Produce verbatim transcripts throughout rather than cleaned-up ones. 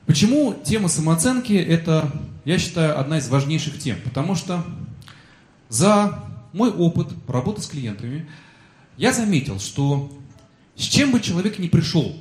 Почему тема самооценки – это, я считаю, одна из важнейших тем? Потому что за мой опыт работы с клиентами я заметил, что с чем бы человек ни пришел,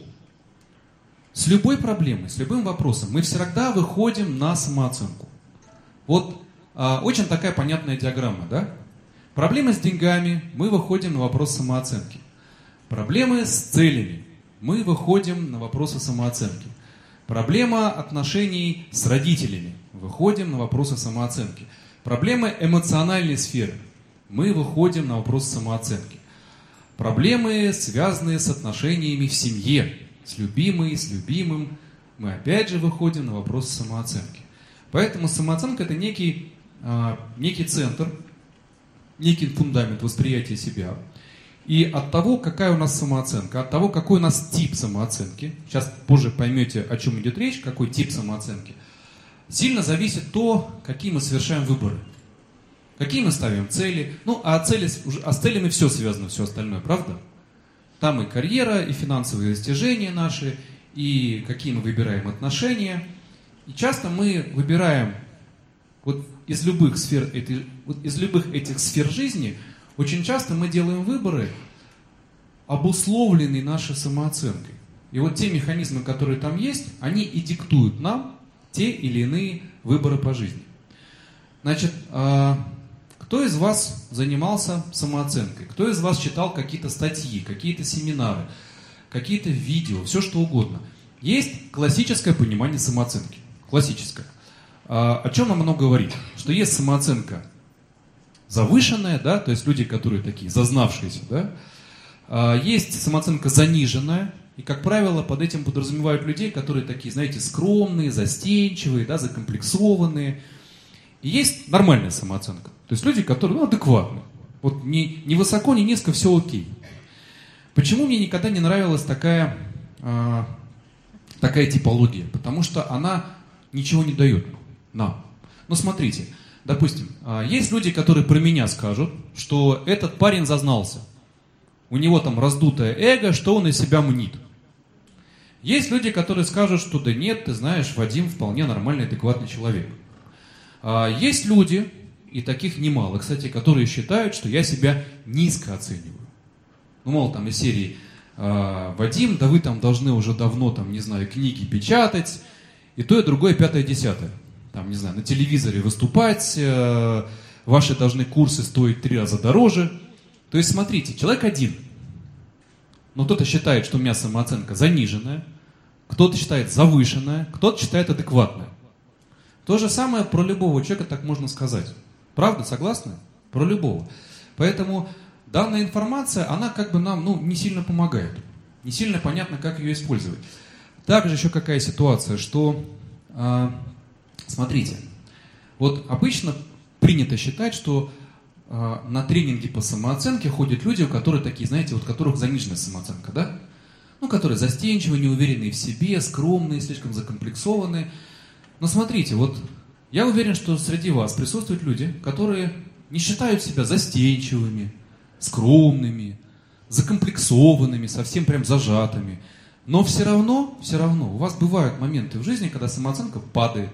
с любой проблемой, с любым вопросом, мы всегда выходим на самооценку. Вот а, очень такая понятная диаграмма, да? Проблемы с деньгами, мы выходим на вопрос самооценки. Проблемы с целями, мы выходим на вопросы самооценки. Проблема отношений с родителями, выходим на вопросы самооценки. Проблемы эмоциональной сферы, мы выходим на вопросы самооценки. Проблемы, связанные с отношениями в семье, с любимой, с любимым, мы опять же выходим на вопросы самооценки. Поэтому самооценка – это некий, а, некий центр, некий фундамент восприятия себя. И от того, какая у нас самооценка, от того, какой у нас тип самооценки, сейчас позже поймете, о чем идет речь, какой тип самооценки, сильно зависит то, какие мы совершаем выборы, какие мы ставим цели. Ну, а, цели, а с целями все связано, все остальное, правда? Там и карьера, и финансовые достижения наши, и какие мы выбираем отношения. И часто мы выбираем вот из любых сфер, этой, вот из любых этих сфер жизни, очень часто мы делаем выборы, обусловленные нашей самооценкой. И вот те механизмы, которые там есть, они и диктуют нам те или иные выборы по жизни. Значит, кто из вас занимался самооценкой? Кто из вас читал какие-то статьи, какие-то семинары, какие-то видео, все что угодно? Есть классическое понимание самооценки. Классическое. О чем нам оно говорит? Что есть самооценка завышенная, да, то есть люди, которые такие зазнавшиеся, да. Есть самооценка заниженная, и, как правило, под этим подразумевают людей, которые такие, знаете, скромные, застенчивые, да, закомплексованные. И есть нормальная самооценка. То есть люди, которые, ну, адекватны. Вот ни, ни высоко, ни низко, все окей. Почему мне никогда не нравилась такая, э, такая типология? Потому что она ничего не дает нам. Ну, смотрите, допустим, э, есть люди, которые про меня скажут, что этот парень зазнался. У него там раздутое эго, что он из себя мнит. Есть люди, которые скажут, что да нет, ты знаешь, Вадим вполне нормальный, адекватный человек. Есть люди, и таких немало, кстати, которые считают, что я себя низко оцениваю. Ну, мол, там из серии «Вадим, да вы там должны уже давно, там, не знаю, книги печатать, и то, и другое, пятое, десятое. Там, не знаю, на телевизоре выступать, ваши должны курсы стоить три раза дороже». То есть, смотрите, человек один. Но кто-то считает, что у меня самооценка заниженная, кто-то считает завышенная, кто-то считает адекватная. То же самое про любого человека так можно сказать. Правда, согласны? Про любого. Поэтому данная информация, она как бы нам, ну, не сильно помогает. Не сильно понятно, как ее использовать. Также еще какая ситуация, что, э, смотрите, вот обычно принято считать, что э, на тренинги по самооценке ходят люди, у которых такие, знаете, вот у которых заниженная самооценка, да? Ну, которые застенчивые, неуверенные в себе, скромные, слишком закомплексованные. Но смотрите, вот я уверен, что среди вас присутствуют люди, которые не считают себя застенчивыми, скромными, закомплексованными, совсем прям зажатыми. Но все равно, все равно у вас бывают моменты в жизни, когда самооценка падает,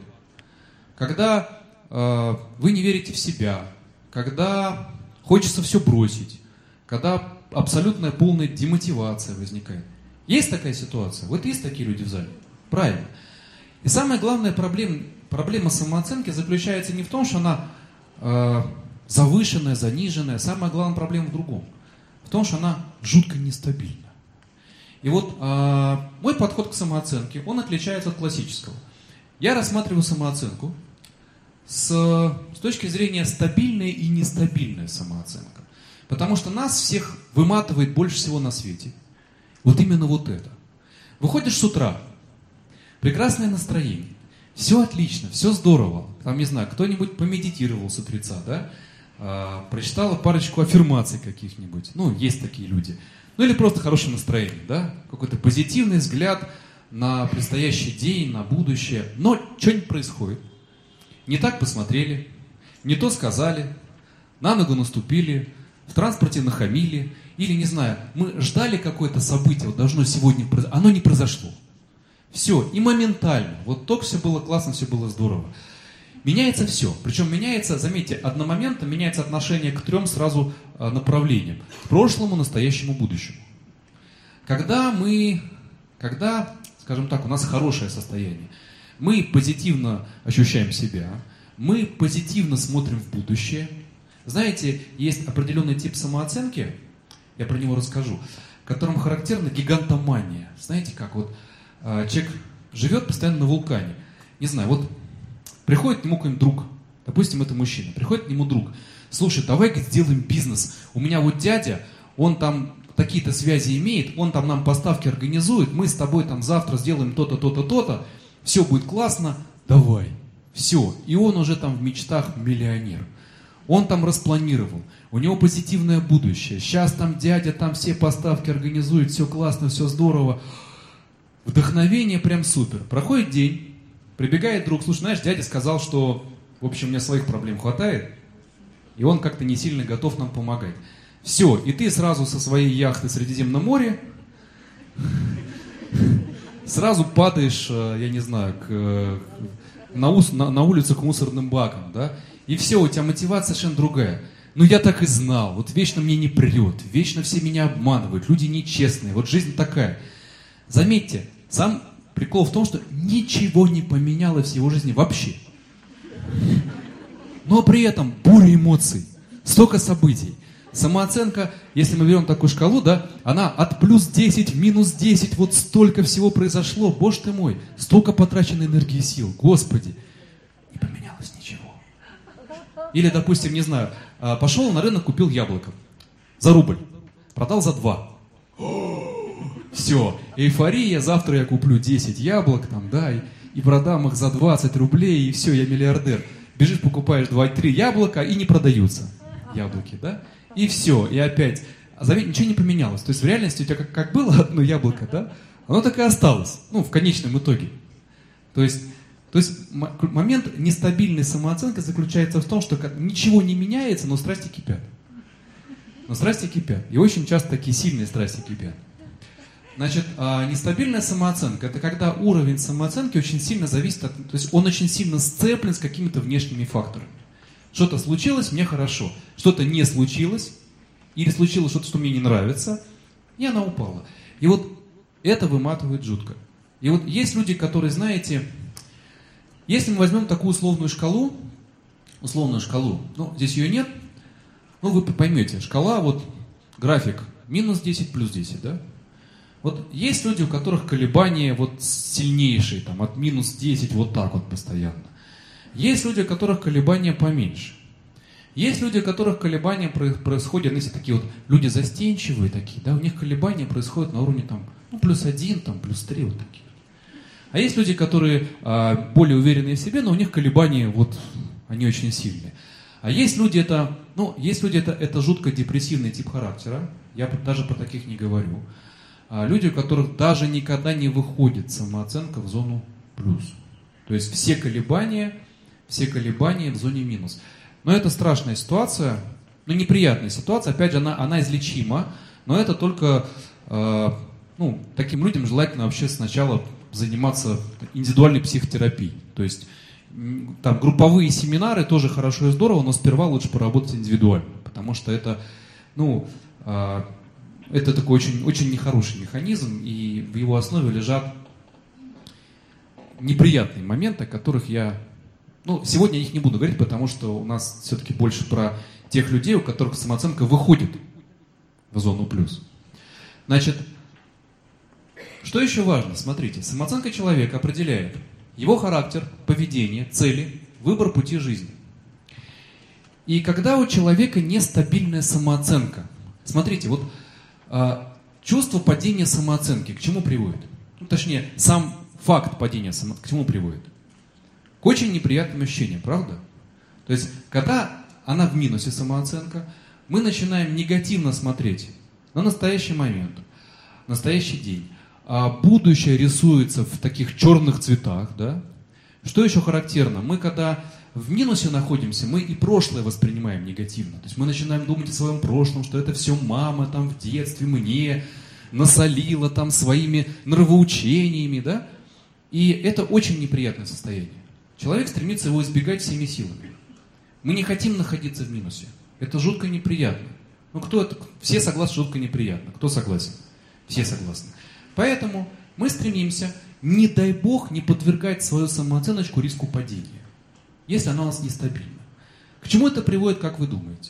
когда э, вы не верите в себя, когда хочется все бросить, когда абсолютная полная демотивация возникает. Есть такая ситуация? Вот есть такие люди в зале? Правильно. И самая главная проблема, проблема самооценки заключается не в том, что она э, завышенная, заниженная. Самая главная проблема в другом. В том, что она жутко нестабильна. И вот э, мой подход к самооценке, он отличается от классического. Я рассматриваю самооценку с, с точки зрения стабильная и нестабильная самооценка. Потому что нас всех выматывает больше всего на свете. Вот именно вот это. Выходишь с утра, прекрасное настроение, все отлично, все здорово. Там, не знаю, кто-нибудь помедитировал с утреца, да? А, прочитала парочку аффирмаций каких-нибудь. Ну, есть такие люди. Ну, или просто хорошее настроение, да? Какой-то позитивный взгляд на предстоящий день, на будущее. Но что-нибудь происходит. Не так посмотрели, не то сказали, на ногу наступили, в транспорте нахамили. Или, не знаю, мы ждали какое-то событие, вот должно сегодня произойти, оно не произошло. Все, и моментально. Вот только все было классно, все было здорово. Меняется все. Причем меняется, заметьте, одномоментно меняется отношение к трем сразу направлениям. К прошлому, настоящему, будущему. Когда мы, когда, скажем так, у нас хорошее состояние, мы позитивно ощущаем себя, мы позитивно смотрим в будущее. Знаете, есть определенный тип самооценки, я про него расскажу, которым характерна гигантомания. Знаете как, вот э, человек живет постоянно на вулкане. Не знаю, вот приходит к нему какой-нибудь друг, допустим, это мужчина, приходит к нему друг, слушай, давай-ка сделаем бизнес, у меня вот дядя, он там такие-то связи имеет, он там нам поставки организует, мы с тобой там завтра сделаем то-то, то-то, то-то, все будет классно, давай. Все, и он уже там в мечтах миллионер. Он там распланировал, у него позитивное будущее. Сейчас там дядя там все поставки организует, все классно, все здорово. Вдохновение прям супер. Проходит день, прибегает друг, слушай, знаешь, дядя сказал, что, в общем, у меня своих проблем хватает, и он как-то не сильно готов нам помогать. Все, и ты сразу со своей яхты в Средиземном море сразу падаешь, я не знаю, к... На, ус, на, на улицу к мусорным бакам, да, и все, у тебя мотивация совершенно другая. Ну, я так и знал, вот вечно мне не прет, вечно все меня обманывают, люди нечестные, вот жизнь такая. Заметьте, сам прикол в том, что ничего не поменялось в его жизни вообще. Но при этом буря эмоций, столько событий. Самооценка, если мы берем такую шкалу, да, она от плюс десять в минус десять, вот столько всего произошло, боже ты мой, столько потраченной энергии и сил, Господи, не поменялось ничего. Или, допустим, не знаю, пошел на рынок, купил яблоко за рубль, продал за два. Все, эйфория, завтра я куплю десять яблок, там, да, и, и продам их за двадцать рублей, и все, я миллиардер. Бежишь, покупаешь два-три яблока, и не продаются яблоки, да? И все, и опять. А заметь, ничего не поменялось. То есть в реальности у тебя как, как было одно яблоко, да? Оно так и осталось. Ну, в конечном итоге. То есть, то есть м- момент нестабильной самооценки заключается в том, что ничего не меняется, но страсти кипят. Но страсти кипят. И очень часто такие сильные страсти кипят. Значит, а, нестабильная самооценка – это когда уровень самооценки очень сильно зависит от... То есть он очень сильно сцеплен с какими-то внешними факторами. Что-то случилось, мне хорошо. Что-то не случилось, или случилось что-то, что мне не нравится, и она упала. И вот это выматывает жутко. И вот есть люди, которые, знаете, если мы возьмем такую условную шкалу, условную шкалу, ну, здесь ее нет, ну, вы поймете, шкала, вот, график, минус десять, плюс десять, да? Вот есть люди, у которых колебания вот сильнейшие, там, от минус десять вот так вот постоянно. Есть люди, у которых колебания поменьше. Есть люди, у которых колебания происходят, ну, если такие вот люди застенчивые такие, да, у них колебания происходят на уровне там, ну, плюс один, там, плюс три, вот такие. А есть люди, которые а, более уверенные в себе, но у них колебания, вот, они очень сильные. А есть люди, это, ну, есть люди, это, это жутко депрессивный тип характера, я даже про таких не говорю. А люди, у которых даже никогда не выходит самооценка в зону плюс. То есть все колебания... Все колебания в зоне минус. Но это страшная ситуация, ну неприятная ситуация, опять же, она, она излечима, но это только, э, ну, таким людям желательно вообще сначала заниматься индивидуальной психотерапией. То есть там групповые семинары тоже хорошо и здорово, но сперва лучше поработать индивидуально, потому что это, ну, э, это такой очень, очень нехороший механизм, и в его основе лежат неприятные моменты, о которых я... Ну, сегодня я их не буду говорить, потому что у нас все-таки больше про тех людей, у которых самооценка выходит в зону плюс. Значит, что еще важно? Смотрите, самооценка человека определяет его характер, поведение, цели, выбор пути жизни. И когда у человека нестабильная самооценка, смотрите, вот э, чувство падения самооценки к чему приводит? Ну, точнее, сам факт падения самооценки к чему приводит? К очень неприятным ощущениям, правда? То есть, когда она в минусе, самооценка, мы начинаем негативно смотреть на настоящий момент, настоящий день. А будущее рисуется в таких черных цветах, да? Что еще характерно? Мы, когда в минусе находимся, мы и прошлое воспринимаем негативно. То есть мы начинаем думать о своем прошлом, что это все мама там в детстве мне насолила там своими нравоучениями, да? И это очень неприятное состояние. Человек стремится его избегать всеми силами. Мы не хотим находиться в минусе. Это жутко неприятно. Ну, кто это? Все согласны, жутко неприятно. Кто согласен? Все согласны. Поэтому мы стремимся, не дай Бог, не подвергать свою самооценочку риску падения, если она у нас нестабильна. К чему это приводит, как вы думаете?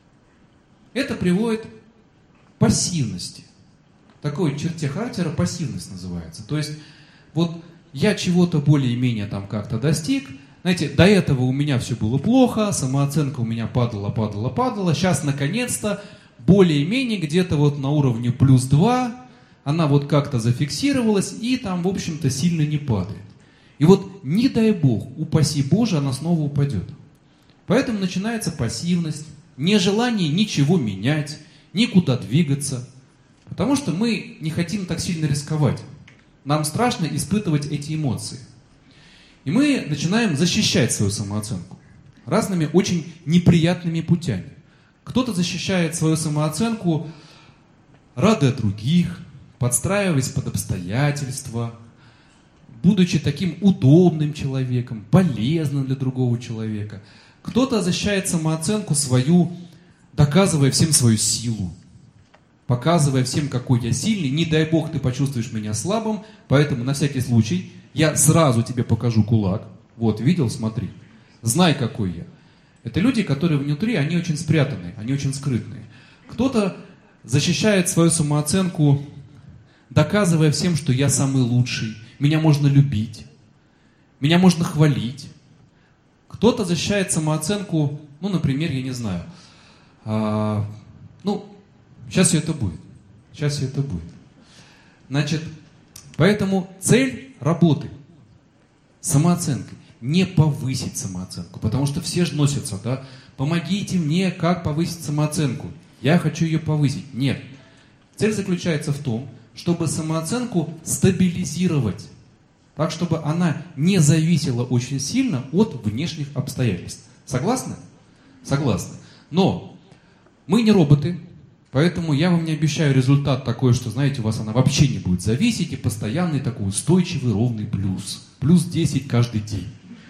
Это приводит к пассивности. Такой черте характера пассивность называется. То есть, вот я чего-то более-менее там как-то достиг. Знаете, до этого у меня все было плохо, самооценка у меня падала, падала, падала. Сейчас, наконец-то, более-менее где-то вот на уровне плюс два, она вот как-то зафиксировалась и там, в общем-то, сильно не падает. И вот, не дай Бог, упаси Боже, она снова упадет. Поэтому начинается пассивность, нежелание ничего менять, никуда двигаться. Потому что мы не хотим так сильно рисковать. Нам страшно испытывать эти эмоции. И мы начинаем защищать свою самооценку разными очень неприятными путями. Кто-то защищает свою самооценку, радуя других, подстраиваясь под обстоятельства, будучи таким удобным человеком, полезным для другого человека. Кто-то защищает самооценку свою, доказывая всем свою силу, показывая всем, какой я сильный. Не дай Бог, ты почувствуешь меня слабым, поэтому на всякий случай я сразу тебе покажу кулак. Вот, видел, смотри. Знай, какой я. Это люди, которые внутри, они очень спрятанные, они очень скрытные. Кто-то защищает свою самооценку, доказывая всем, что я самый лучший, меня можно любить, меня можно хвалить. Кто-то защищает самооценку, ну, например, я не знаю, а, ну, сейчас все это будет, сейчас все это будет. Значит, поэтому цель работы с самооценкой не повысить самооценку, потому что все же носятся, да, помогите мне, как повысить самооценку, я хочу ее повысить. Нет, цель заключается в том, чтобы самооценку стабилизировать, так, чтобы она не зависела очень сильно от внешних обстоятельств. Согласны? Согласны. Но мы не роботы, поэтому я вам не обещаю результат такой, что, знаете, у вас она вообще не будет зависеть, и постоянный такой устойчивый ровный плюс. Плюс десять каждый день.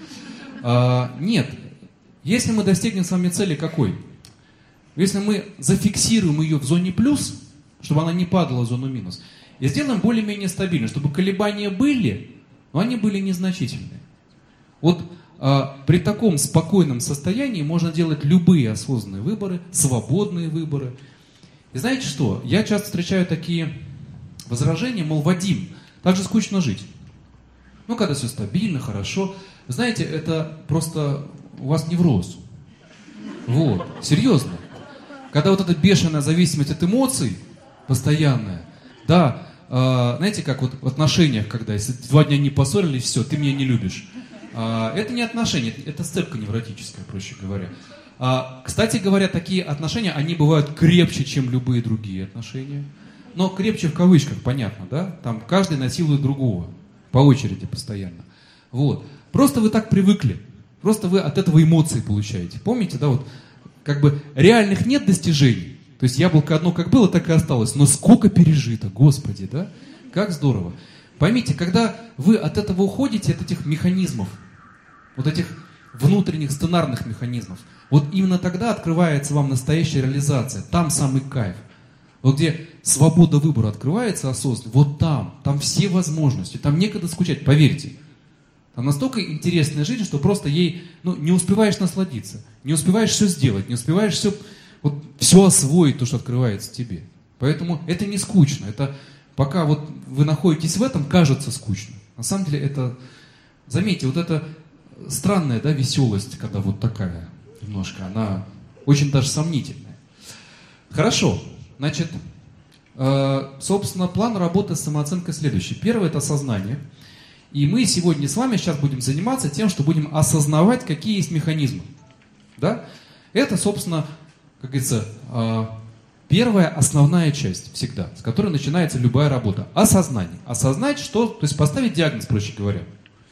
А, нет. Если мы достигнем с вами цели какой? Если мы зафиксируем ее в зоне плюс, чтобы она не падала в зону минус, и сделаем более-менее стабильно, чтобы колебания были, но они были незначительные. Вот а, при таком спокойном состоянии можно делать любые осознанные выборы, свободные выборы. И знаете что? Я часто встречаю такие возражения, мол, Вадим, так же скучно жить. Ну, когда все стабильно, хорошо. Знаете, это просто у вас невроз. Вот, серьезно. Когда вот эта бешеная зависимость от эмоций, постоянная, да, э, знаете, как вот в отношениях, когда если два дня не поссорились, все, ты меня не любишь. Э, это не отношения, это сцепка невротическая, проще говоря. А, кстати говоря, такие отношения, они бывают крепче, чем любые другие отношения. Но крепче в кавычках, понятно, да? Там каждый насилует другого, по очереди постоянно. Вот. Просто вы так привыкли. Просто вы от этого эмоции получаете. Помните, да, вот, как бы реальных нет достижений. То есть яблоко одно как было, так и осталось. Но сколько пережито, Господи, да? Как здорово. Поймите, когда вы от этого уходите, от этих механизмов, вот этих внутренних сценарных механизмов, вот именно тогда открывается вам настоящая реализация. Там самый кайф. Вот где свобода выбора открывается осознанно, вот там, там все возможности, там некогда скучать, поверьте. Там настолько интересная жизнь, что просто ей ну, не успеваешь насладиться, не успеваешь все сделать, не успеваешь все, вот, все освоить, то, что открывается тебе. Поэтому это не скучно. Это пока вот вы находитесь в этом, кажется скучно. На самом деле это, заметьте, вот эта странная, да, веселость, когда вот такая немножко, она очень даже сомнительная. Хорошо, значит, э, собственно, план работы с самооценкой следующий. Первое – это осознание. И мы сегодня с вами сейчас будем заниматься тем, что будем осознавать, какие есть механизмы. Да? Это, собственно, как говорится, э, первая основная часть всегда, с которой начинается любая работа. Осознание. Осознать, что, то есть поставить диагноз, проще говоря.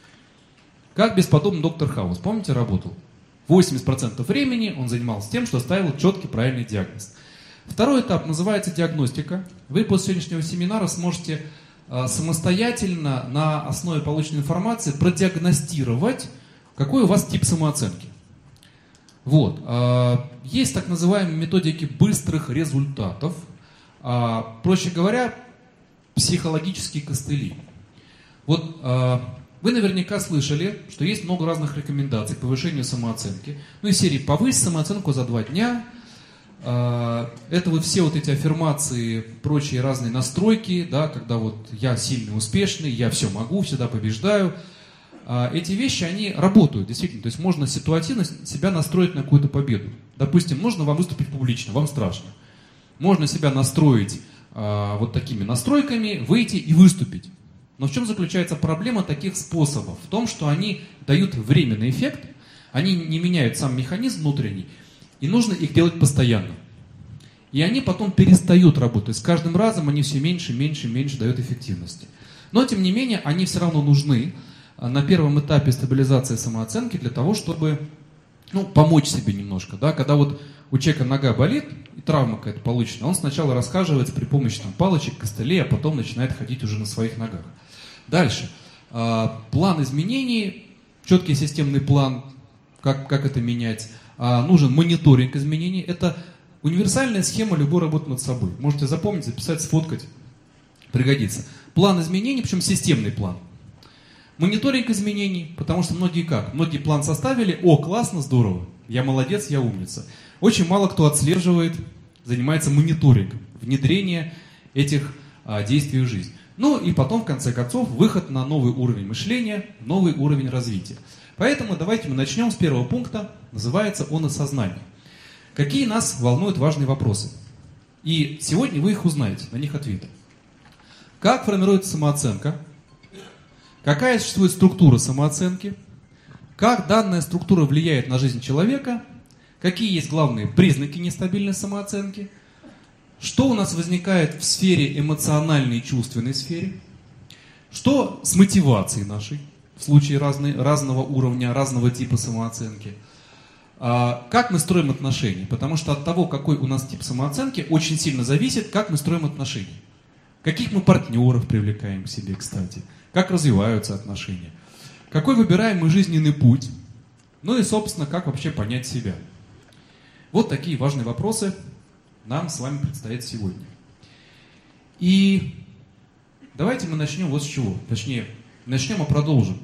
Как бесподобный доктор Хаус, помните, работал? восемьдесят процентов времени он занимался тем, что ставил четкий правильный диагноз. Второй этап называется диагностика. Вы после сегодняшнего семинара сможете самостоятельно на основе полученной информации продиагностировать, какой у вас тип самооценки. Вот. Есть так называемые методики быстрых результатов. Проще говоря, психологические костыли. Вот вы наверняка слышали, что есть много разных рекомендаций к повышению самооценки. Ну, из серии «повысь самооценку за два дня». Это вот все вот эти аффирмации, прочие разные настройки, да, когда вот я сильный, успешный, я все могу, всегда побеждаю. Эти вещи, они работают, действительно. То есть можно ситуативно себя настроить на какую-то победу. Допустим, нужно вам выступить публично, вам страшно. Можно себя настроить вот такими настройками, выйти и выступить. Но в чем заключается проблема таких способов? В том, что они дают временный эффект, они не меняют сам механизм внутренний, и нужно их делать постоянно. И они потом перестают работать. С каждым разом они все меньше, меньше, меньше дают эффективности. Но, тем не менее, они все равно нужны на первом этапе стабилизации самооценки для того, чтобы ну, помочь себе немножко. Да? Когда вот у человека нога болит, и травма какая-то получена, он сначала расхаживается при помощи там, палочек, костылей, а потом начинает ходить уже на своих ногах. Дальше. План изменений, четкий системный план, как, как это менять. Нужен мониторинг изменений. Это универсальная схема любой работы над собой. Можете запомнить, записать, сфоткать. Пригодится. План изменений, причем системный план. Мониторинг изменений, потому что многие как? Многие план составили, о, классно, здорово, я молодец, я умница. Очень мало кто отслеживает, занимается мониторингом, внедрение этих а, действий в жизнь. Ну и потом, в конце концов, выход на новый уровень мышления, новый уровень развития. Поэтому давайте мы начнем с первого пункта, называется он осознание. Какие нас волнуют важные вопросы? И сегодня вы их узнаете, на них ответы. Как формируется самооценка? Какая существует структура самооценки? Как данная структура влияет на жизнь человека? Какие есть главные признаки нестабильной самооценки? Что у нас возникает в сфере эмоциональной и чувственной сфере? Что с мотивацией нашей в случае разной, разного уровня, разного типа самооценки? А, как мы строим отношения? Потому что от того, какой у нас тип самооценки, очень сильно зависит, как мы строим отношения. Каких мы партнеров привлекаем к себе, кстати. Как развиваются отношения. Какой выбираем мы жизненный путь. Ну и, собственно, как вообще понять себя. Вот такие важные вопросы нам с вами предстоит сегодня. И давайте мы начнем вот с чего. Точнее, начнем и продолжим.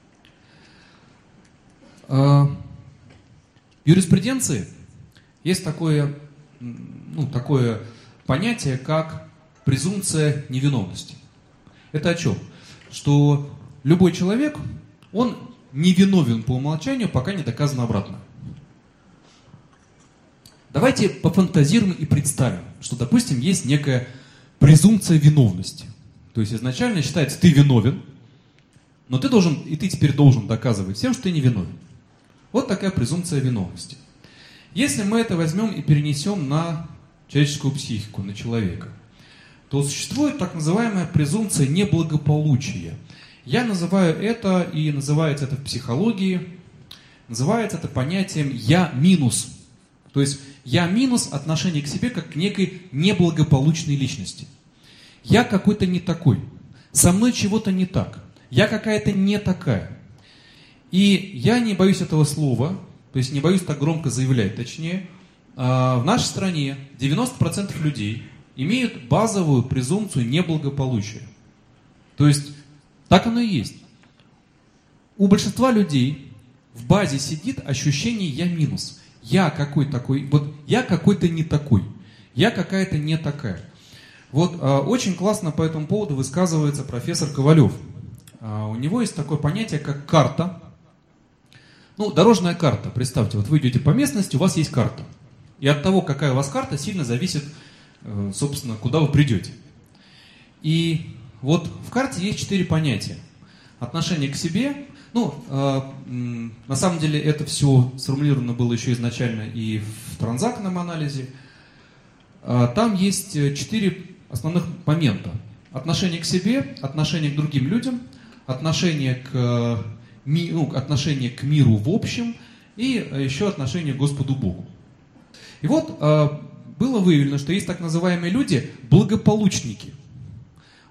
В юриспруденции есть такое, ну, такое понятие, как презумпция невиновности. Это о чем? Что любой человек, он невиновен по умолчанию, пока не доказано обратно. Давайте пофантазируем и представим, что, допустим, есть некая презумпция виновности. То есть изначально считается, ты виновен, но ты должен, и ты теперь должен доказывать всем, что ты не виновен. Вот такая презумпция виновности. Если мы это возьмем и перенесем на человеческую психику, на человека, то существует так называемая презумпция неблагополучия. Я называю это, и называется это в психологии, называется это понятием «я минус». То есть я минус отношение к себе как к некой неблагополучной личности. Я какой-то не такой. Со мной чего-то не так. Я какая-то не такая. И я не боюсь этого слова, то есть не боюсь так громко заявлять, точнее, в нашей стране девяносто процентов людей имеют базовую презумпцию неблагополучия. То есть так оно и есть. У большинства людей в базе сидит ощущение «я минус». Я какой такой, вот я какой-то не такой, я какая-то не такая. Вот э, очень классно по этому поводу высказывается профессор Ковалев. Э, у него есть такое понятие, как карта. Ну, дорожная карта. Представьте, вот вы идете по местности, у вас есть карта. И от того, какая у вас карта, сильно зависит, э, собственно, куда вы придете. И вот в карте есть четыре понятия. Отношение к себе. Ну, э, на самом деле это все сформулировано было еще изначально и в транзактном анализе. Э, там есть четыре основных момента. Отношение к себе, отношение к другим людям, отношение к, ми, ну, отношение к миру в общем и еще отношение к Господу Богу. И вот э, было выявлено, что есть так называемые люди благополучники.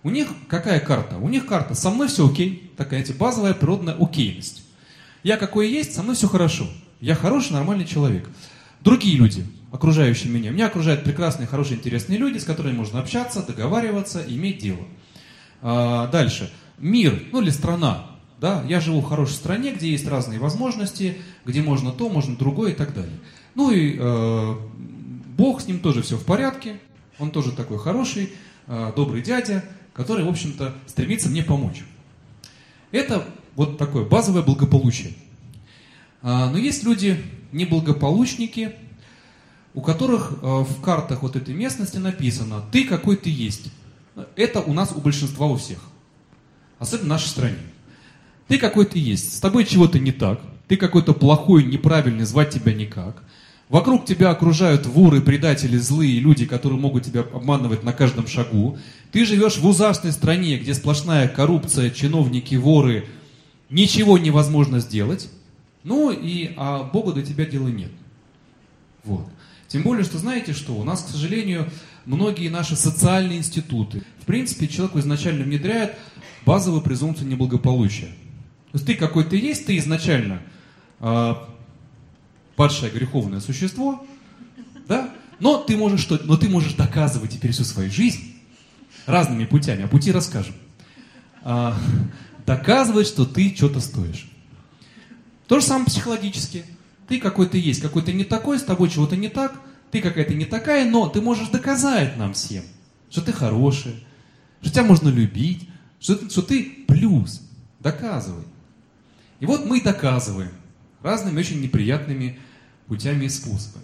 У них какая карта? У них карта «со мной все окей», такая, знаете, базовая природная окейность. Я какой есть, со мной все хорошо. Я хороший, нормальный человек. Другие люди, окружающие меня. Меня окружают прекрасные, хорошие, интересные люди, с которыми можно общаться, договариваться, иметь дело. А, дальше. Мир, ну или страна. Да? Я живу в хорошей стране, где есть разные возможности, где можно то, можно другое и так далее. Ну и э, Бог, с ним тоже все в порядке. Он тоже такой хороший, э, добрый дядя, который, в общем-то, стремится мне помочь. Это вот такое базовое благополучие. А, но есть люди, неблагополучники, у которых э, в картах вот этой местности написано «ты какой ты есть». Это у нас у большинства у всех. Особенно в нашей стране. Ты какой ты есть, с тобой чего-то не так, ты какой-то плохой, неправильный, звать тебя никак. Вокруг тебя окружают воры, предатели, злые люди, которые могут тебя обманывать на каждом шагу. Ты живешь в ужасной стране, где сплошная коррупция, чиновники, воры, ничего невозможно сделать. Ну и а Богу до тебя дела нет. Вот. Тем более, что знаете что, у нас, к сожалению, многие наши социальные институты, в принципе, человеку изначально внедряют базовую презумпцию неблагополучия. То есть ты какой ты есть, ты изначально э, падшее греховное существо, да? Но ты можешь что? Но ты можешь доказывать теперь всю свою жизнь разными путями, а пути расскажем. Э, доказывать, что ты что-то стоишь. То же самое психологически. Ты какой ты есть, какой ты не такой, с тобой чего-то не так, ты какая-то не такая, но ты можешь доказать нам всем, что ты хорошая, что тебя можно любить, что ты, что ты плюс. Доказывай. И вот мы доказываем разными очень неприятными путями и способами.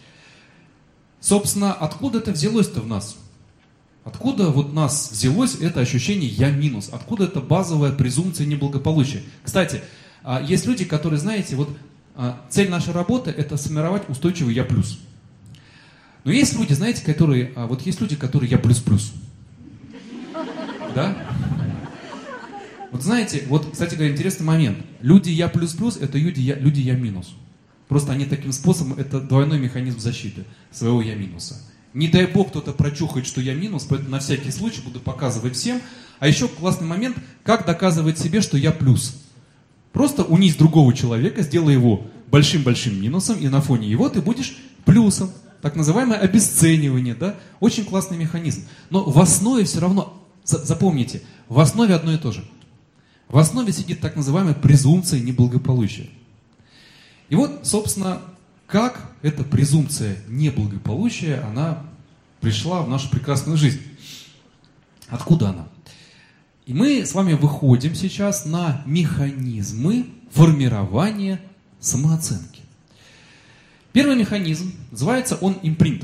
Собственно, откуда это взялось-то в нас? Откуда вот нас взялось это ощущение «я минус»? Откуда это базовая презумпция неблагополучия? Кстати, есть люди, которые, знаете, вот цель нашей работы – это сформировать устойчивый «я плюс». Но есть люди, знаете, которые, вот есть люди, которые «я плюс-плюс». Да? Вот знаете, вот, кстати говоря, интересный момент. Люди «я плюс-плюс» – это люди «я», люди «я минус». Просто они таким способом, это двойной механизм защиты своего «я минуса». Не дай бог кто-то прочухает, что я минус, поэтому на всякий случай буду показывать всем. А еще классный момент, как доказывать себе, что я плюс. Просто унизь другого человека, сделай его большим-большим минусом, и на фоне его ты будешь плюсом. Так называемое обесценивание, да? Очень классный механизм. Но в основе все равно, запомните, в основе одно и то же. В основе сидит так называемая презумпция неблагополучия. И вот, собственно, как эта презумпция неблагополучия, она пришла в нашу прекрасную жизнь. Откуда она? И мы с вами выходим сейчас на механизмы формирования самооценки. Первый механизм, называется он импринт.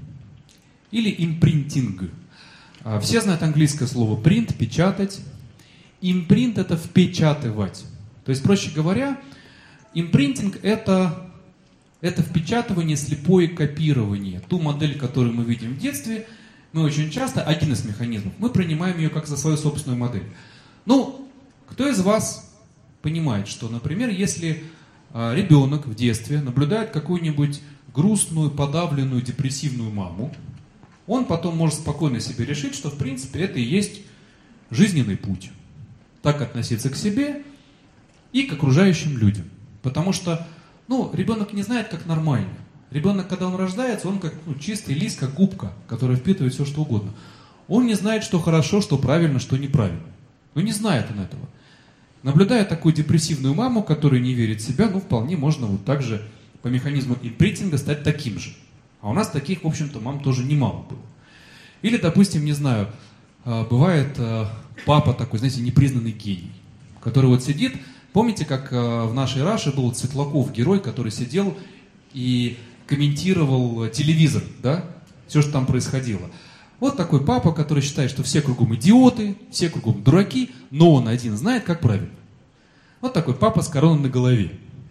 Или импринтинг. Все знают английское слово print, печатать. Импринт – это впечатывать. То есть, проще говоря, импринтинг – это, это впечатывание, слепое копирование. Ту модель, которую мы видим в детстве, мы очень часто, один из механизмов, мы принимаем ее как за свою собственную модель. Ну, кто из вас понимает, что, например, если а, ребенок в детстве наблюдает какую-нибудь грустную, подавленную, депрессивную маму, он потом может спокойно себе решить, что, в принципе, это и есть жизненный путь. Так относиться к себе и к окружающим людям. Потому что, ну, ребенок не знает, как нормально. Ребенок, когда он рождается, он как ну, чистый лист, как губка, которая впитывает все, что угодно. Он не знает, что хорошо, что правильно, что неправильно. Ну, не знает он этого. Наблюдая такую депрессивную маму, которая не верит в себя, ну, вполне можно вот так же по механизму импринтинга стать таким же. А у нас таких, в общем-то, мам тоже немало было. Или, допустим, не знаю, бывает папа такой, знаете, непризнанный гений, который вот сидит. Помните, как в нашей Раше был Светлаков, герой, который сидел и комментировал телевизор, да, все, что там происходило. Вот такой папа, который считает, что все кругом идиоты, все кругом дураки, но он один знает, как правильно. Вот такой папа с короной на голове.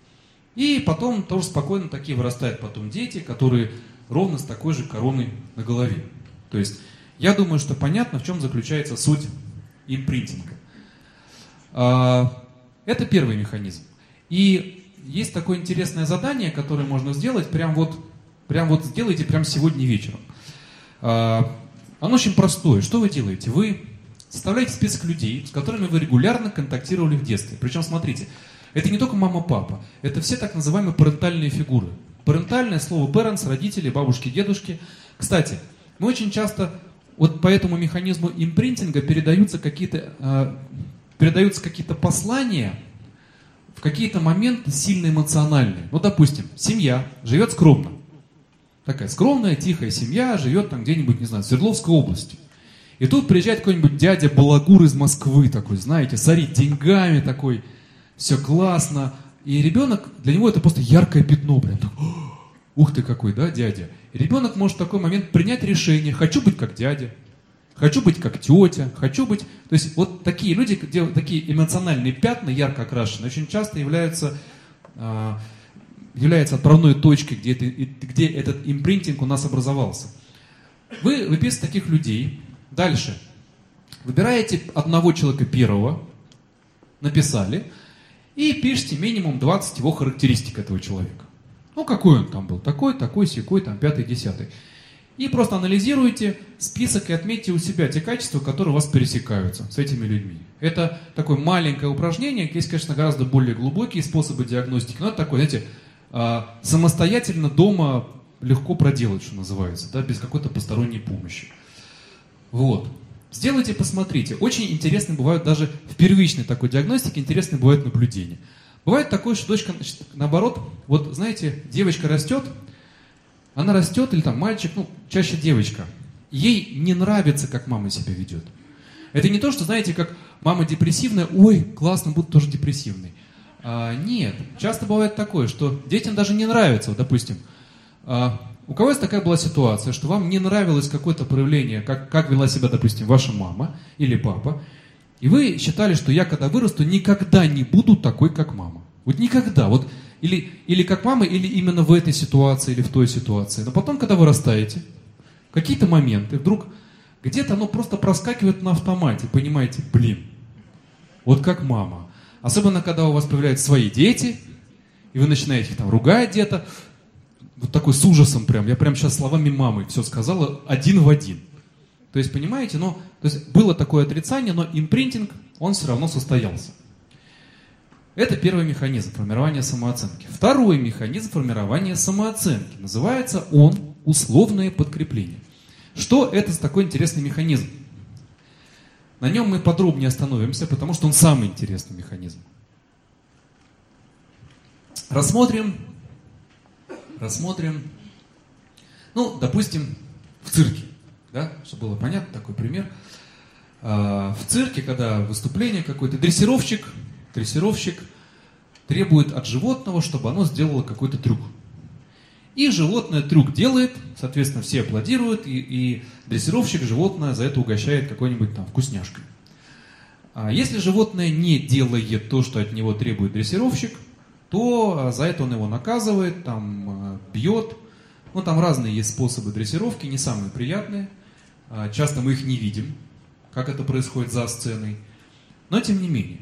И потом тоже спокойно такие вырастают потом дети, которые ровно с такой же короной на голове. То есть, я думаю, что понятно, в чем заключается суть импринтинга. Это первый механизм. И есть такое интересное задание, которое можно сделать, прям вот, прям вот сделайте прямо сегодня вечером. Оно очень простое. Что вы делаете? Вы составляете список людей, с которыми вы регулярно контактировали в детстве. Причем, смотрите, это не только мама-папа, это все так называемые парентальные фигуры. Парентальное слово parents, родители, бабушки, дедушки. Кстати, мы очень часто вот по этому механизму импринтинга передаются какие-то, э, передаются какие-то послания в какие-то моменты сильно эмоциональные. Ну, допустим, семья живет скромно. Такая скромная, тихая семья, живет там где-нибудь, не знаю, в Свердловской области. И тут приезжает какой-нибудь дядя Балагур из Москвы такой, знаете, сорит деньгами такой, все классно. И ребенок, для него это просто яркое пятно, прям так, ух ты какой, да, дядя. И ребенок может в такой момент принять решение, хочу быть как дядя, хочу быть как тетя, хочу быть... То есть вот такие люди, где такие эмоциональные пятна, ярко окрашенные, очень часто являются, э, являются отправной точкой, где, это, где этот импринтинг у нас образовался. Вы выписываете таких людей. Дальше. Выбираете одного человека первого, написали, и пишите минимум двадцать его характеристик этого человека. Ну, какой он там был, такой, такой, сякой, там, пятый, десятый. И просто анализируйте список и отметьте у себя те качества, которые у вас пересекаются с этими людьми. Это такое маленькое упражнение, есть, конечно, гораздо более глубокие способы диагностики, но это такое, знаете, самостоятельно дома легко проделать, что называется, да, без какой-то посторонней помощи. Вот. Сделайте, посмотрите. Очень интересны бывают даже в первичной такой диагностике, интересны бывают наблюдения. Бывает такое, что дочка, наоборот, вот знаете, девочка растет, она растет, или там мальчик, ну, чаще девочка, ей не нравится, как мама себя ведет. Это не то, что, знаете, как мама депрессивная, ой, классно, буду тоже депрессивной. А, нет, часто бывает такое, что детям даже не нравится, вот, допустим, а, у кого-то такая была ситуация, что вам не нравилось какое-то проявление, как, как вела себя, допустим, ваша мама или папа, и вы считали, что я, когда вырасту, никогда не буду такой, как мама. Вот никогда. Вот, или, или как мама, или именно в этой ситуации, или в той ситуации. Но потом, когда вы растаете, какие-то моменты, вдруг где-то оно просто проскакивает на автомате, понимаете, блин, вот как мама. Особенно, когда у вас появляются свои дети, и вы начинаете их там ругать где-то, вот такой с ужасом прям, я прям сейчас словами мамы все сказала один в один. То есть, понимаете, ну, то есть было такое отрицание, но импринтинг, он все равно состоялся. Это первый механизм формирования самооценки. Второй механизм формирования самооценки. Называется он условное подкрепление. Что это за такой интересный механизм? На нем мы подробнее остановимся, потому что он самый интересный механизм. Рассмотрим, рассмотрим, ну, допустим, в цирке. Да, чтобы было понятно, такой пример. В цирке, когда выступление какой-то, дрессировщик, дрессировщик требует от животного, чтобы оно сделало какой-то трюк. И животное трюк делает, соответственно, все аплодируют, и, и дрессировщик животное за это угощает какой-нибудь там вкусняшкой. А если животное не делает то, что от него требует дрессировщик, то за это он его наказывает, там, бьет. Ну, там разные есть способы дрессировки, не самые приятные. Часто мы их не видим, как это происходит за сценой. Но тем не менее.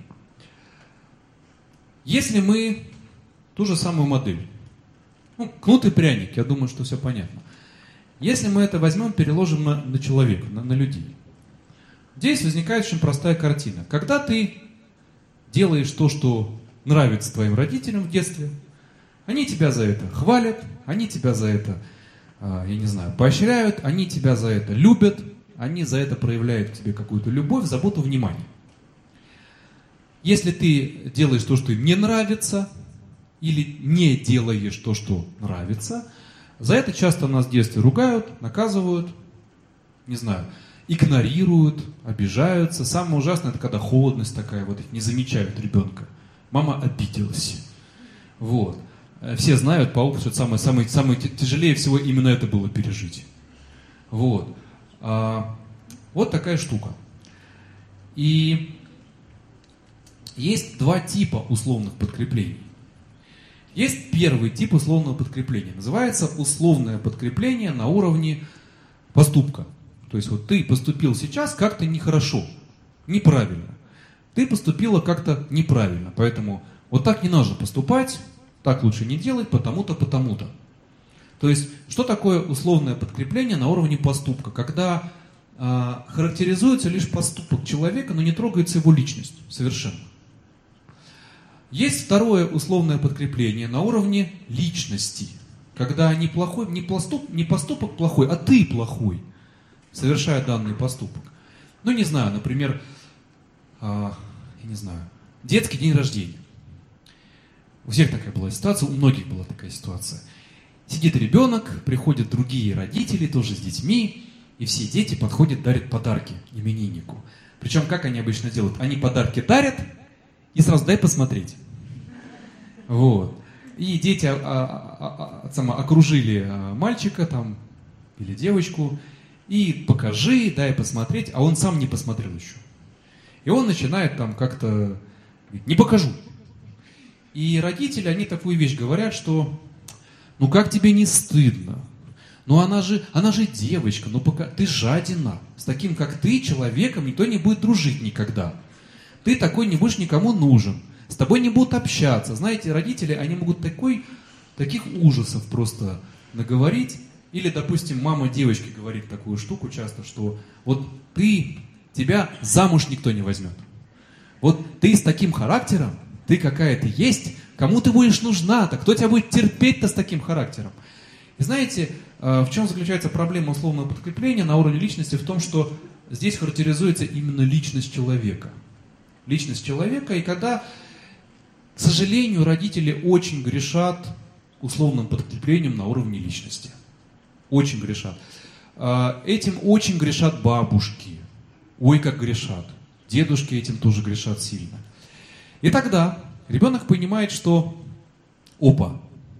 Если мы ту же самую модель, ну, кнут и пряник, я думаю, что все понятно. Если мы это возьмем, переложим на, на человека, на, на людей. Здесь возникает очень простая картина. Когда ты делаешь то, что нравится твоим родителям в детстве, они тебя за это хвалят, они тебя за это, я не знаю, поощряют, они тебя за это любят, они за это проявляют к тебе какую-то любовь, заботу, внимание. Если ты делаешь то, что им не нравится, или не делаешь то, что нравится, за это часто нас в детстве ругают, наказывают, не знаю, игнорируют, обижаются. Самое ужасное, это когда холодность такая, вот их не замечают ребенка. Мама обиделась. Вот. Все знают по опыту, что самое, самое, самое тяжелее всего именно это было пережить. Вот. А, вот такая штука. И есть два типа условных подкреплений. Есть первый тип условного подкрепления. Называется условное подкрепление на уровне поступка. То есть вот ты поступил сейчас как-то нехорошо, неправильно. Ты поступила как-то неправильно, поэтому вот так не нужно поступать, так лучше не делать, потому-то, потому-то. То есть, что такое условное подкрепление на уровне поступка? Когда а, характеризуется лишь поступок человека, но не трогается его личность совершенно. Есть второе условное подкрепление на уровне личности, когда не, плохой, не, поступ, не поступок плохой, а ты плохой, совершая данный поступок. Ну, не знаю, например, а, я не знаю, детский день рождения. У всех такая была ситуация, у многих была такая ситуация. Сидит ребенок, приходят другие родители, тоже с детьми, и все дети подходят, дарят подарки имениннику. Причем, как они обычно делают? Они подарки дарят и сразу дай посмотреть. Вот. И дети а, а, а, само, окружили мальчика там, или девочку, и покажи, дай посмотреть, а он сам не посмотрел еще. И он начинает там как-то, не покажу. И родители, они такую вещь говорят, что ну как тебе не стыдно? Ну она же, она же девочка, ну пока ты жадина. С таким, как ты, человеком никто не будет дружить никогда. Ты такой не будешь никому нужен. С тобой не будут общаться. Знаете, родители, они могут такой, таких ужасов просто наговорить. Или, допустим, мама девочки говорит такую штуку часто, что вот ты, тебя замуж никто не возьмет. Вот ты с таким характером, ты какая ты есть, кому ты будешь нужна-то, кто тебя будет терпеть-то с таким характером? И знаете, в чем заключается проблема условного подкрепления на уровне личности? В том, что здесь характеризуется именно личность человека. Личность человека, и когда, к сожалению, родители очень грешат условным подкреплением на уровне личности. Очень грешат. Этим очень грешат бабушки. Ой, как грешат. Дедушки этим тоже грешат сильно. И тогда ребенок понимает, что опа,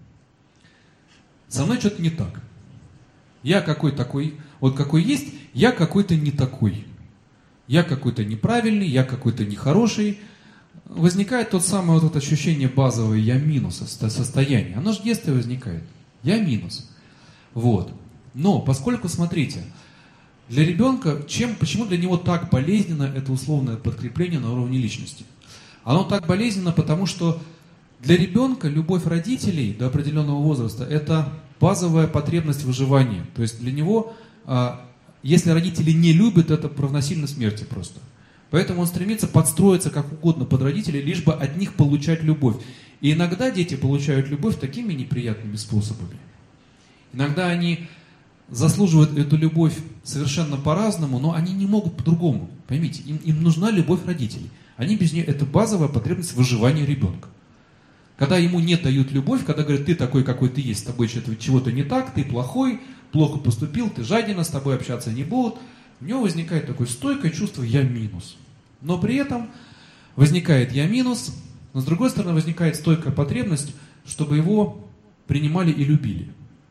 со мной что-то не так. Я какой такой, вот какой есть, я какой-то не такой. Я какой-то неправильный, я какой-то нехороший. Возникает тот самое вот это ощущение базовое «я минус» состояние. Оно же в детстве возникает. Я минус. Вот. Но поскольку, смотрите, для ребенка, чем, почему для него так болезненно это условное подкрепление на уровне личности? Оно так болезненно, потому что для ребенка любовь родителей до определенного возраста – это базовая потребность выживания. То есть для него, если родители не любят, это равносильно смерти просто. Поэтому он стремится подстроиться как угодно под родителей, лишь бы от них получать любовь. И иногда дети получают любовь такими неприятными способами. Иногда они заслуживают эту любовь совершенно по-разному, но они не могут по-другому. Поймите, им, им нужна любовь родителей. Они без нее, это базовая потребность выживания ребенка. Когда ему не дают любовь, когда говорят, ты такой, какой ты есть, с тобой чего-то не так, ты плохой, плохо поступил, ты жадина, с тобой общаться не будут, у него возникает такое стойкое чувство «я минус». Но при этом возникает «я минус», но с другой стороны возникает стойкая потребность, чтобы его принимали и любили.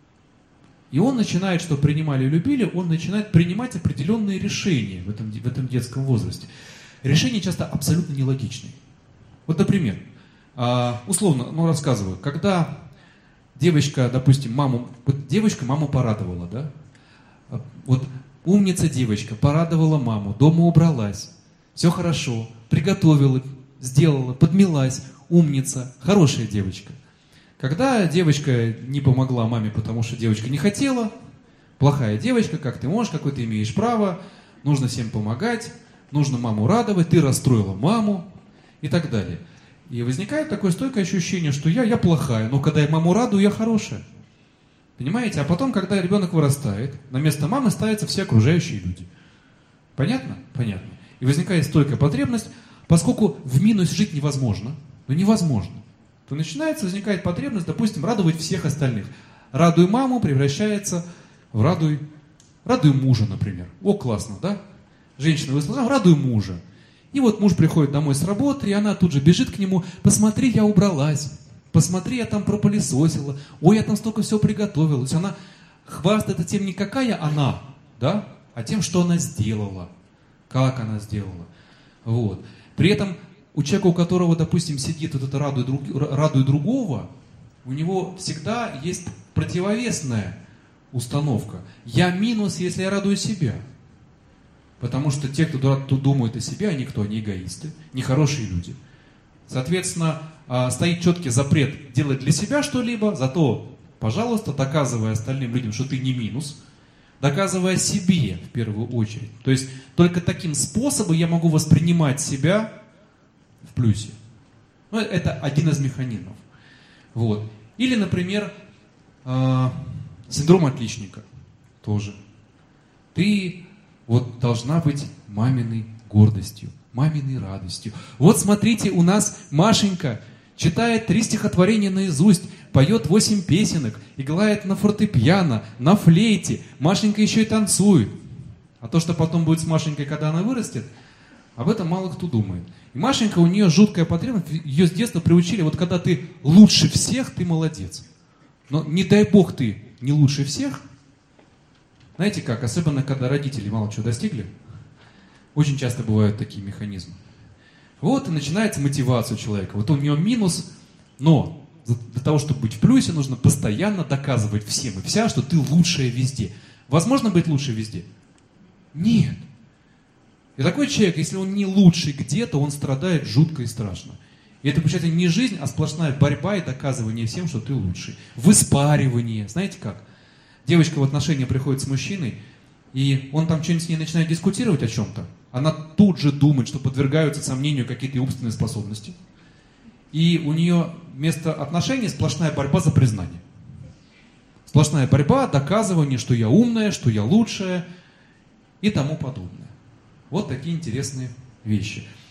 И он начинает, что принимали и любили, он начинает принимать определенные решения в этом, в этом детском возрасте. Решения часто абсолютно нелогичные. Вот, например, условно, ну, рассказываю, когда девочка, допустим, маму, вот девочка маму порадовала, да? Вот умница девочка, порадовала маму, дома убралась, все хорошо, приготовила, сделала, подмялась, умница, хорошая девочка. Когда девочка не помогла маме, потому что девочка не хотела, плохая девочка, как ты можешь, какое ты имеешь право, нужно всем помогать, нужно маму радовать, ты расстроила маму и так далее. И возникает такое стойкое ощущение, что я, я плохая, но когда я маму радую, я хорошая. Понимаете? А потом, когда ребенок вырастает, на место мамы ставятся все окружающие люди. Понятно? Понятно. И возникает стойкая потребность, поскольку в минус жить невозможно, ну невозможно, то начинается, возникает потребность, допустим, радовать всех остальных. Радуй маму превращается в радуй, радуй мужа, например. О, классно, да? Женщина высказала, радуй мужа. И вот муж приходит домой с работы, и она тут же бежит к нему, посмотри, я убралась, посмотри, я там пропылесосила, ой, я там столько всего приготовила. То есть она хвастается тем не какая она, да, а тем, что она сделала, как она сделала. Вот. При этом у человека, у которого, допустим, сидит вот это радуй, друг, радуй другого, у него всегда есть противовесная установка. Я минус, если я радую себя. Потому что те, кто думают о себе, они кто? Они эгоисты, нехорошие люди. Соответственно, стоит четкий запрет делать для себя что-либо, зато, пожалуйста, доказывая остальным людям, что ты не минус, доказывая себе в первую очередь. То есть только таким способом я могу воспринимать себя в плюсе. Ну, это один из механизмов. Вот. Или, например, э, синдром отличника тоже. Ты вот должна быть маминой гордостью, маминой радостью. Вот смотрите, у нас Машенька читает три стихотворения наизусть, поет восемь песенок, играет на фортепиано, на флейте. Машенька еще и танцует. А то, что потом будет с Машенькой, когда она вырастет, об этом мало кто думает. И Машенька, у нее жуткая потребность, ее с детства приучили, вот когда ты лучше всех, ты молодец. Но не дай бог ты не лучше всех. Знаете как, особенно когда родители мало чего достигли, очень часто бывают такие механизмы. Вот и начинается мотивация у человека. Вот у него минус, но для того, чтобы быть в плюсе, нужно постоянно доказывать всем и вся, что ты лучшая везде. Возможно быть лучше везде? Нет. И такой человек, если он не лучший где-то, он страдает жутко и страшно. И это, получается, не жизнь, а сплошная борьба и доказывание всем, что ты лучший. Выспаривание. Знаете как? Девочка в отношения приходит с мужчиной, и он там что-нибудь с ней начинает дискутировать о чем-то. Она тут же думает, что подвергаются сомнению какие-то умственные способности. И у нее вместо отношений сплошная борьба за признание. Сплошная борьба, доказывание, что я умная, что я лучшая и тому подобное. Вот такие интересные вещи.